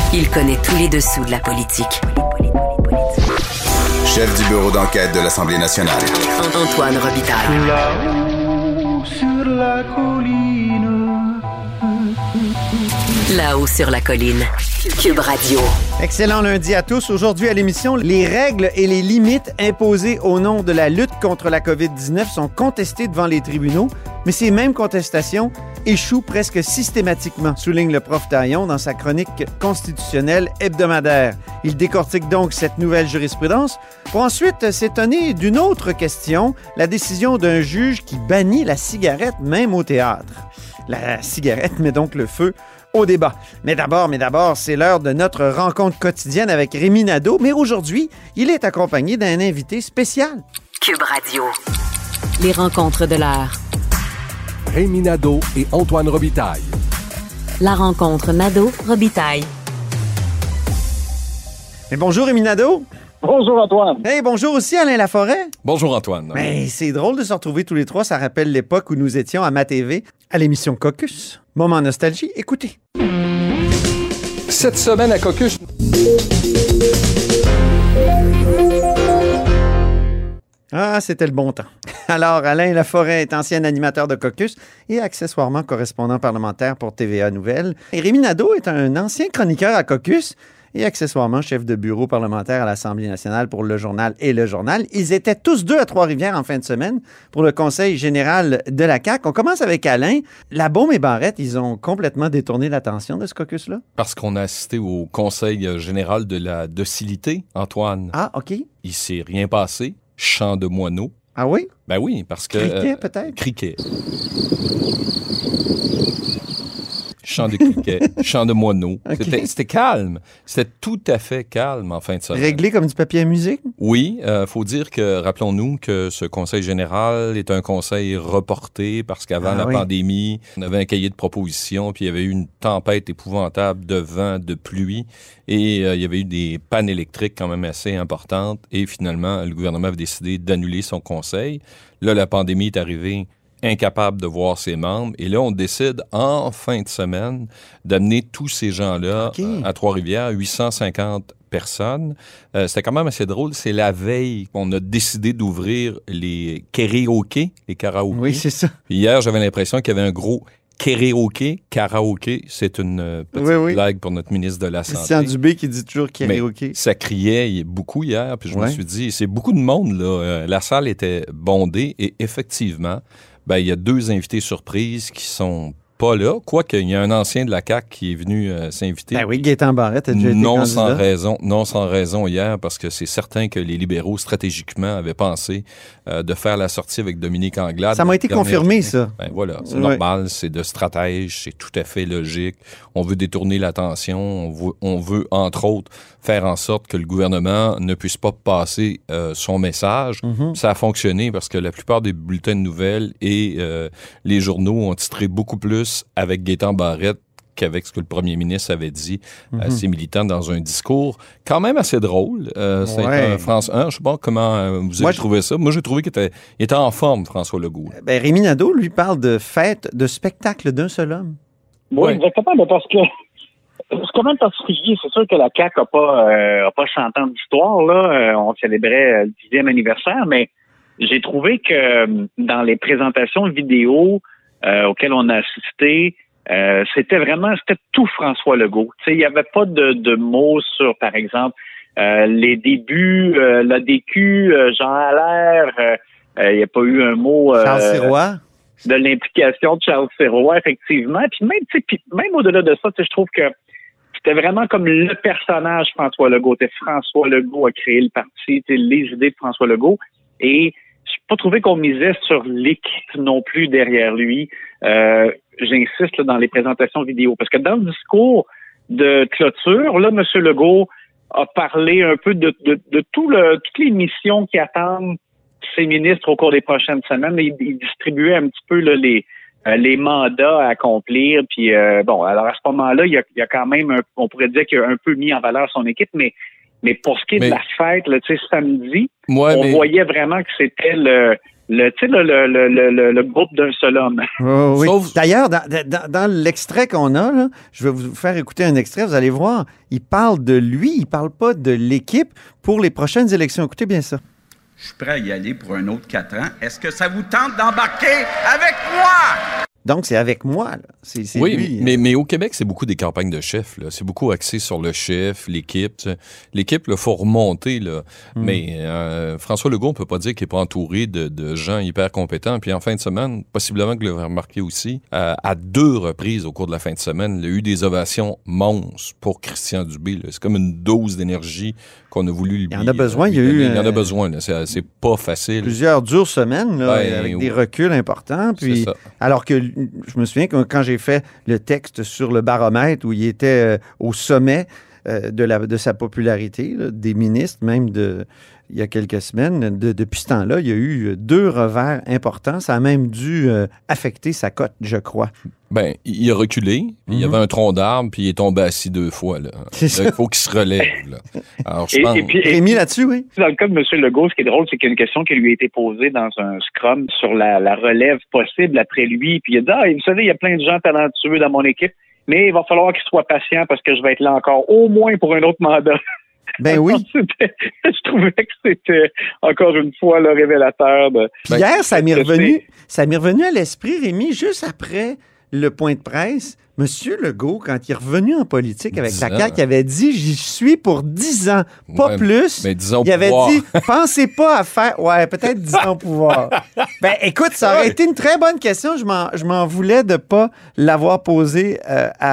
Il connaît tous les dessous de la politique. Chef du bureau d'enquête de l'Assemblée nationale. Antoine Robitaille. Là-haut sur la colline. Là-haut sur la colline. Cube Radio. Excellent lundi à tous. Aujourd'hui à l'émission, les règles et les limites imposées au nom de la lutte contre la COVID-19 sont contestées devant les tribunaux, mais ces mêmes contestations échouent presque systématiquement, souligne le prof Taillon dans sa chronique constitutionnelle hebdomadaire. Il décortique donc cette nouvelle jurisprudence pour ensuite s'étonner d'une autre question, la décision d'un juge qui bannit la cigarette même au théâtre. La cigarette met donc le feu au débat. Mais d'abord, c'est l'heure de notre rencontre quotidienne avec Rémi Nadeau. Mais aujourd'hui, il est accompagné d'un invité spécial. Cube Radio. Les rencontres de l'heure. Rémi Nadeau et Antoine Robitaille. La rencontre Nadeau-Robitaille. Mais bonjour Rémi Nadeau. Bonjour Antoine. Hey, bonjour aussi Alain Laforêt. Bonjour Antoine. Mais c'est drôle de se retrouver tous les trois. Ça rappelle l'époque où nous étions à MaTV, à l'émission Caucus. Moment nostalgie, écoutez. Cette semaine à Caucus. Ah, c'était le bon temps. Alors, Alain Laforêt est ancien animateur de Caucus et accessoirement correspondant parlementaire pour TVA Nouvelles. Et Rémi Nadeau est un ancien chroniqueur à Caucus et accessoirement chef de bureau parlementaire à l'Assemblée nationale pour Le Journal et Le Journal. Ils étaient tous deux à Trois-Rivières en fin de semaine pour le Conseil général de la CAQ. On commence avec Alain. La Baume et Barrette, ils ont complètement détourné l'attention de ce caucus-là? Parce qu'on a assisté au Conseil général de la docilité, Antoine. Ah, OK. Il s'est rien passé. Chant de moineaux. Ah oui? Ben oui, parce que... Criquet, peut-être? Criquet. Chant de criquet, chant de moineaux. Okay. C'était calme. C'était tout à fait calme en fin de semaine. Réglé comme du papier à musique? Oui, faut dire que, rappelons-nous que ce conseil général est un conseil reporté parce qu'avant la pandémie, on avait un cahier de propositions, puis il y avait eu une tempête épouvantable de vent, de pluie, et il y avait eu des pannes électriques quand même assez importantes, et finalement, le gouvernement avait décidé d'annuler son conseil. Là, la pandémie est arrivée, incapable de voir ses membres. Et là, on décide en fin de semaine d'amener tous ces gens-là à Trois-Rivières, 850 personnes. C'était quand même assez drôle. C'est la veille qu'on a décidé d'ouvrir les karaokés, les karaokés. Oui, c'est ça. Puis hier, j'avais l'impression qu'il y avait un gros karaoké. C'est une petite blague pour notre ministre de la Santé. Christian Dubé qui dit toujours karaoké. Mais ça criait beaucoup hier, puis je me suis dit, c'est beaucoup de monde, là. La salle était bondée et effectivement, ben, il y a deux invités surprises qui sont pas là. Quoique, il y a un ancien de la CAQ qui est venu s'inviter. Ben oui, Gaétan Barrette a déjà été candidat. Non sans raison hier, parce que c'est certain que les libéraux, stratégiquement, avaient pensé de faire la sortie avec Dominique Anglade. Ça m'a été confirmé, ça. Ben voilà, c'est normal, c'est de stratège, c'est tout à fait logique. On veut détourner l'attention, on veut, entre autres, faire en sorte que le gouvernement ne puisse pas passer son message. Ça a fonctionné parce que la plupart des bulletins de nouvelles et les journaux ont titré beaucoup plus avec Gaétan Barrette qu'avec ce que le premier ministre avait dit à ses militants dans un discours quand même assez drôle. C'est un France 1. Je ne sais pas comment vous avez trouvé ça. Moi, j'ai trouvé qu'il était en forme, François Legault. Ben, Rémi Nadeau, lui, parle de fête, de spectacle d'un seul homme. Oui, exactement, mais parce que c'est quand même particulier. C'est sûr que la CAQ n'a pas 100 ans d'histoire, là. On célébrait le 10e anniversaire, mais j'ai trouvé que dans les présentations vidéo auxquelles on a assisté, c'était tout François Legault. Tu sais, il n'y avait pas de mots sur, par exemple, les débuts, l'ADQ, Jean Allaire, il n'y a pas eu un mot Charles Sirois. De l'implication de Charles Sirois, effectivement. Puis même au-delà de ça, je trouve que c'était vraiment comme le personnage François Legault. François Legault a créé le parti, les idées de François Legault. Et je n'ai pas trouvé qu'on misait sur l'équipe non plus derrière lui. J'insiste là, dans les présentations vidéo. Parce que dans le discours de clôture, là, M. Legault a parlé un peu de toutes les missions qui attendent ses ministres au cours des prochaines semaines. Il distribuait un petit peu là, les mandats à accomplir. Puis alors à ce moment-là, il y a quand même, on pourrait dire qu'il a un peu mis en valeur son équipe, mais pour ce qui est de la fête, là, samedi, voyait vraiment que c'était le groupe d'un seul homme. Oh, oui. Sauf- D'ailleurs, dans l'extrait qu'on a, là, je vais vous faire écouter un extrait, vous allez voir, il parle de lui, il parle pas de l'équipe pour les prochaines élections. Écoutez bien ça. Je suis prêt à y aller pour un autre 4 ans. Est-ce que ça vous tente d'embarquer avec moi? Donc, c'est avec moi, là. C'est oui, lui. mais au Québec, c'est beaucoup des campagnes de chefs. Là. C'est beaucoup axé sur le chef, l'équipe. Tu sais. L'équipe, il faut remonter. Là. Mais François Legault, on peut pas dire qu'il n'est pas entouré de gens hyper compétents. Puis en fin de semaine, possiblement que vous l'avez remarqué aussi, à 2 reprises au cours de la fin de semaine, il y a eu des ovations monstres pour Christian Dubé. Là. C'est comme une dose d'énergie qu'on a voulu lui Il y en a besoin. Il y a eu... Il y en a besoin. Là. C'est pas facile. Plusieurs dures semaines, là, Ouais, avec des reculs importants. Puis, C'est ça. alors que je me souviens que quand j'ai fait le texte sur le baromètre où il était au sommet de sa popularité, là, des ministres, même il y a quelques semaines, depuis ce temps-là, il y a eu 2 revers importants. Ça a même dû affecter sa cote, je crois. Ben, il a reculé, puis il y avait un tronc d'arbre, puis il est tombé assis 2 fois. Là. C'est ça. Il faut qu'il se relève. Là. Alors, je pense... Rémi, là-dessus, oui. Dans le cas de M. Legault, ce qui est drôle, c'est qu'il y a une question qui lui a été posée dans un scrum sur la relève possible après lui. Puis il a dit, vous savez, il y a plein de gens talentueux dans mon équipe, mais il va falloir qu'il soit patient parce que je vais être là encore au moins pour un autre mandat. Ben oui. Je trouvais que c'était encore une fois le révélateur de... Puis hier, ça m'est revenu à l'esprit, Rémi, juste après le point de presse. Monsieur Legault, quand il est revenu en politique avec la CAQ, il avait dit « J'y suis pour 10 ans, pas plus. » Mais 10 ans au il avait pouvoir. dit « Pensez pas à faire... » Ouais, peut-être 10 ans au pouvoir. Ben, écoute, ça aurait été une très bonne question. Je m'en voulais de pas l'avoir posée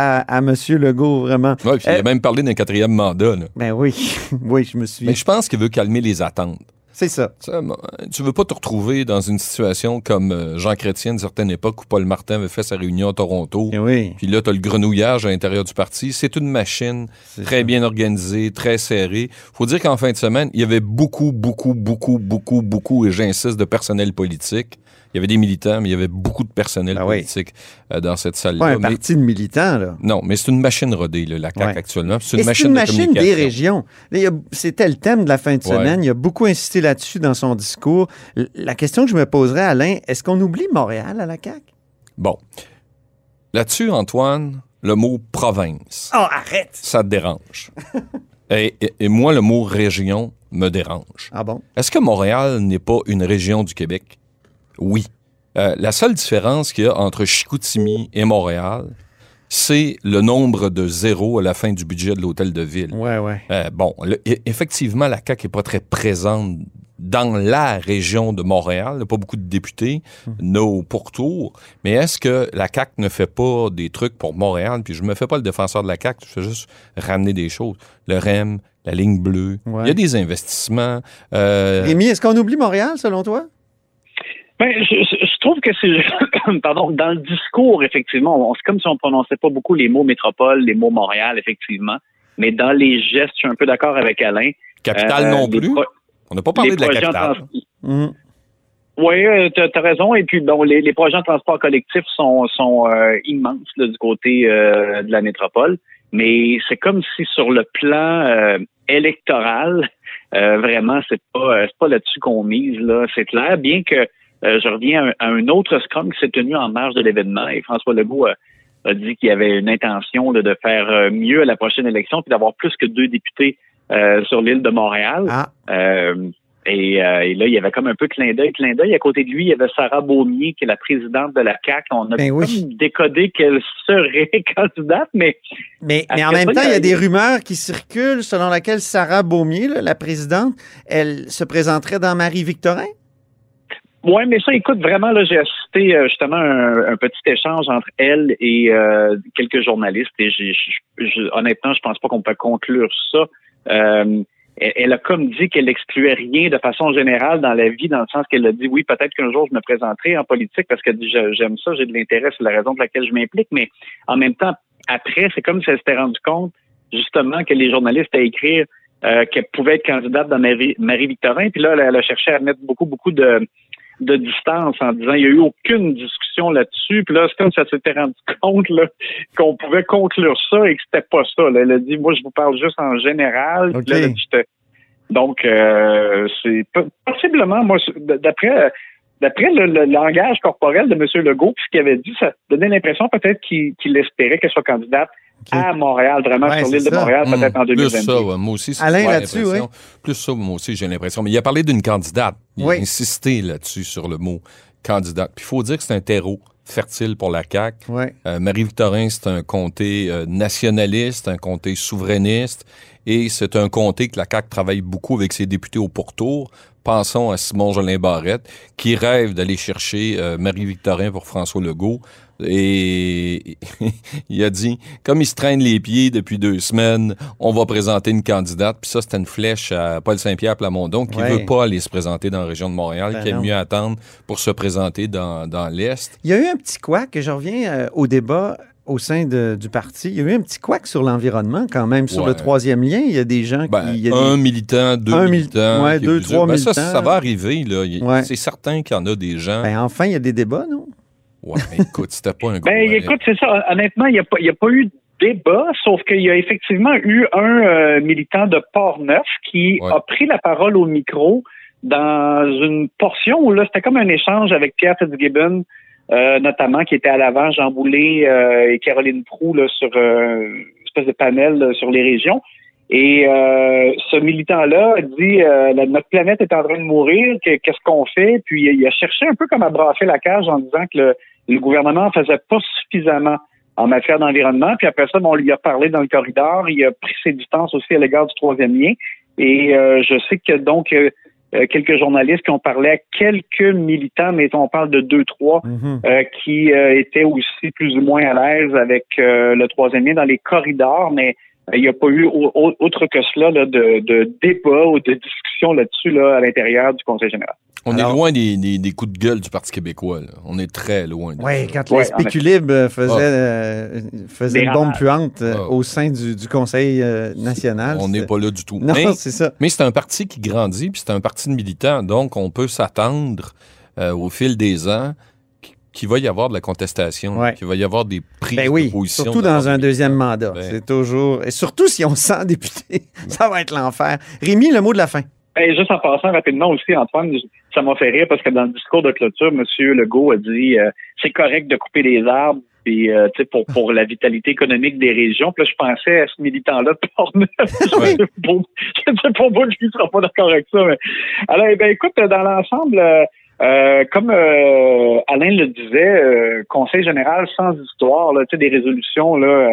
à Monsieur Legault, vraiment. Ouais, puis il a même parlé d'un 4e mandat. Là. Ben oui, oui, je me suis... Mais je pense qu'il veut calmer les attentes. C'est ça. Tu veux pas te retrouver dans une situation comme Jean Chrétien d'une certaine époque où Paul Martin avait fait sa réunion à Toronto. Oui. Puis là, tu as le grenouillage à l'intérieur du parti. C'est une machine très bien organisée, très serrée. Faut dire qu'en fin de semaine, il y avait beaucoup, et j'insiste, de personnel politique. Il y avait des militants, mais il y avait beaucoup de personnel politique dans cette salle-là. Pas un parti de militants, là. Non, mais c'est une machine rodée, là, la CAQ actuellement. C'est une machine des régions. C'était le thème de la fin de semaine. Il a beaucoup insisté là-dessus dans son discours. La question que je me poserais, Alain, est-ce qu'on oublie Montréal à la CAQ? Bon. Là-dessus, Antoine, le mot « province ». Oh, arrête! Ça te dérange. et moi, le mot « région » me dérange. Ah bon? Est-ce que Montréal n'est pas une région du Québec? Oui. La seule différence qu'il y a entre Chicoutimi et Montréal, c'est le nombre de zéros à la fin du budget de l'hôtel de ville. Ouais. Effectivement, la CAQ n'est pas très présente dans la région de Montréal. Il n'y a pas beaucoup de députés, nos pourtours. Mais est-ce que la CAQ ne fait pas des trucs pour Montréal? Puis je me fais pas le défenseur de la CAQ, je fais juste ramener des choses. Le REM, la ligne bleue, il y a des investissements. Rémi, est-ce qu'on oublie Montréal, selon toi? Ben, je trouve que c'est, pardon, dans le discours, effectivement, c'est comme si on prononçait pas beaucoup les mots métropole, les mots Montréal, effectivement. Mais dans les gestes, je suis un peu d'accord avec Alain. Capitale non plus. On n'a pas parlé de la capitale. Oui, t'as raison. Et puis, bon, les projets en transport collectif sont immenses là, du côté de la métropole. Mais c'est comme si sur le plan électoral, vraiment, c'est pas là-dessus qu'on mise. Là, c'est clair. Bien que je reviens à un autre scrum qui s'est tenu en marge de l'événement. Et François Legault a dit qu'il y avait une intention là, de faire mieux à la prochaine élection puis d'avoir plus que 2 députés sur l'île de Montréal. Et là, il y avait comme un peu clin d'œil. À côté de lui, il y avait Sarah Beaumier, qui est la présidente de la CAQ. On a comme décodé qu'elle serait candidate, mais en même temps, il y a des rumeurs qui circulent selon laquelle Sarah Beaumier, là, la présidente, elle se présenterait dans Marie-Victorin? Oui, mais ça, écoute, vraiment, là, j'ai assisté justement un petit échange entre elle et quelques journalistes et honnêtement, je pense pas qu'on peut conclure ça. Elle a comme dit qu'elle excluait rien de façon générale dans la vie, dans le sens qu'elle a dit, oui, peut-être qu'un jour je me présenterai en politique parce qu'elle dit, j'aime ça, j'ai de l'intérêt, c'est la raison pour laquelle je m'implique, mais en même temps, après, c'est comme si elle s'était rendue compte, justement, que les journalistes à écrire qu'elle pouvait être candidate dans Marie-Victorin, puis là, elle a cherché à mettre beaucoup de distance en disant il n'y a eu aucune discussion là-dessus. Puis là, c'est comme ça s'était rendu compte là, qu'on pouvait conclure ça et que c'était pas ça. Là. Elle a dit, moi, je vous parle juste en général. Okay. Là, donc, c'est possiblement, moi, d'après d'après le langage corporel de M. Legault, puis ce qu'il avait dit, ça donnait l'impression peut-être qu'il espérait qu'elle soit candidate à Montréal, vraiment sur l'île de Montréal, peut-être en 2022. Plus ça, moi aussi, c'est Alain, là-dessus, oui. Plus ça, moi aussi, j'ai l'impression. Mais il a parlé d'une candidate. Il a insisté là-dessus, sur le mot candidate. Puis il faut dire que c'est un terreau fertile pour la CAQ. Ouais. Marie-Victorin, c'est un comté nationaliste, un comté souverainiste, et c'est un comté que la CAQ travaille beaucoup avec ses députés au pourtour. Pensons à Simon-Jolin Barrette, qui rêve d'aller chercher Marie-Victorin pour François Legault. Et il a dit, comme il se traîne les pieds depuis 2 semaines, on va présenter une candidate. Puis ça, c'était une flèche à Paul Saint-Pierre Plamondon qui veut pas aller se présenter dans la région de Montréal, qui aime mieux attendre pour se présenter dans l'Est. Il y a eu un petit couac, que je reviens au débat au sein du parti. Il y a eu un petit couac sur l'environnement quand même, sur le 3e lien. Il y a des gens qui... militant, 2 militants. Oui, 2, 3 militants. Ça va arriver, là. C'est certain qu'il y en a des gens... enfin, il y a des débats, non? Oui, mais écoute, c'était pas un gros... écoute, c'est ça. Honnêtement, il n'y a pas eu de débat, sauf qu'il y a effectivement eu un militant de Port-Neuf qui a pris la parole au micro dans une portion où là, c'était comme un échange avec Pierre Fitzgibbon, notamment, qui était à l'avant, Jean Boulet et Caroline Proulx là, sur une espèce de panel sur les régions. Et ce militant-là dit notre planète est en train de mourir, qu'est-ce qu'on fait? Puis il a cherché un peu comme à brasser la cage en disant que le gouvernement ne faisait pas suffisamment en matière d'environnement. Puis après ça, on lui a parlé dans le corridor, il a pris ses distances aussi à l'égard du 3e lien. Et je sais que donc quelques journalistes qui ont parlé à quelques militants, mais on parle de 2-3, qui étaient aussi plus ou moins à l'aise avec le 3e lien dans les corridors, mais il n'y a pas eu autre que cela là, de débat ou de discussion là-dessus là, à l'intérieur du Conseil général. On est loin des coups de gueule du Parti québécois. Là. On est très loin. Oui, quand les spéculibres faisaient une bombe puante au sein du Conseil national. On n'est pas là du tout. Non, c'est ça. Mais c'est un parti qui grandit, puis c'est un parti de militants. Donc, on peut s'attendre au fil des ans qu'il va y avoir de la contestation, qu'il va y avoir des prises de position. Surtout dans un 2e mandat. C'est toujours... Et surtout si on sent député, ça va être l'enfer. Rémi, le mot de la fin. Juste en passant rapidement aussi, Antoine, ça m'a fait rire parce que dans le discours de clôture, M. Legault a dit c'est correct de couper les arbres puis pour la vitalité économique des régions. Puis là, je pensais à ce militant-là de Portneuf. Je sais pas moi qui ne sera pas d'accord avec ça. Mais... Alors, écoute, dans l'ensemble, comme Alain le disait, Conseil général sans histoire, là, des résolutions là,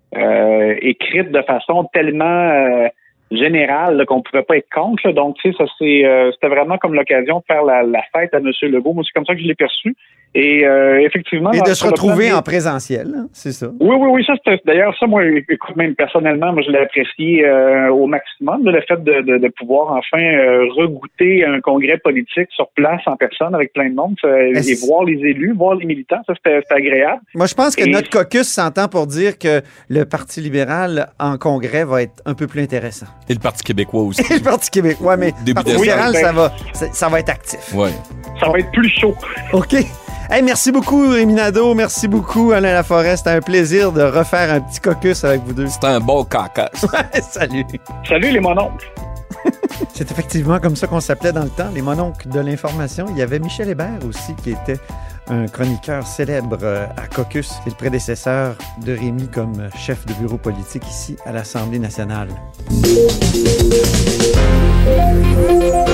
écrites de façon tellement générale là, qu'on pouvait pas être contre. Là. Donc, tu sais, ça c'était vraiment comme l'occasion de faire la fête à M. Legault. Moi, c'est comme ça que je l'ai perçu. Et effectivement... Et de se retrouver en présentiel, hein, c'est ça? Oui, ça, d'ailleurs, ça, moi, écoute, même personnellement, moi, je l'ai apprécié au maximum, le fait de pouvoir enfin regoûter un congrès politique sur place, en personne, avec plein de monde, et voir les élus, voir les militants, ça, c'était agréable. Moi, je pense que notre caucus s'entend pour dire que le Parti libéral en congrès va être un peu plus intéressant. Et le Parti québécois aussi. Et le Parti québécois, mais le Parti libéral, ça va être actif. Ouais. Ça va être plus chaud. OK. Hey, merci beaucoup, Rémi Nadeau. Merci beaucoup, Alain Laforêt. C'était un plaisir de refaire un petit caucus avec vous deux. C'était un beau caucus. Salut. Salut, les mononcles. C'est effectivement comme ça qu'on s'appelait dans le temps, les mononcles de l'information. Il y avait Michel Hébert aussi, qui était un chroniqueur célèbre à Caucus. C'est le prédécesseur de Rémi comme chef de bureau politique ici à l'Assemblée nationale.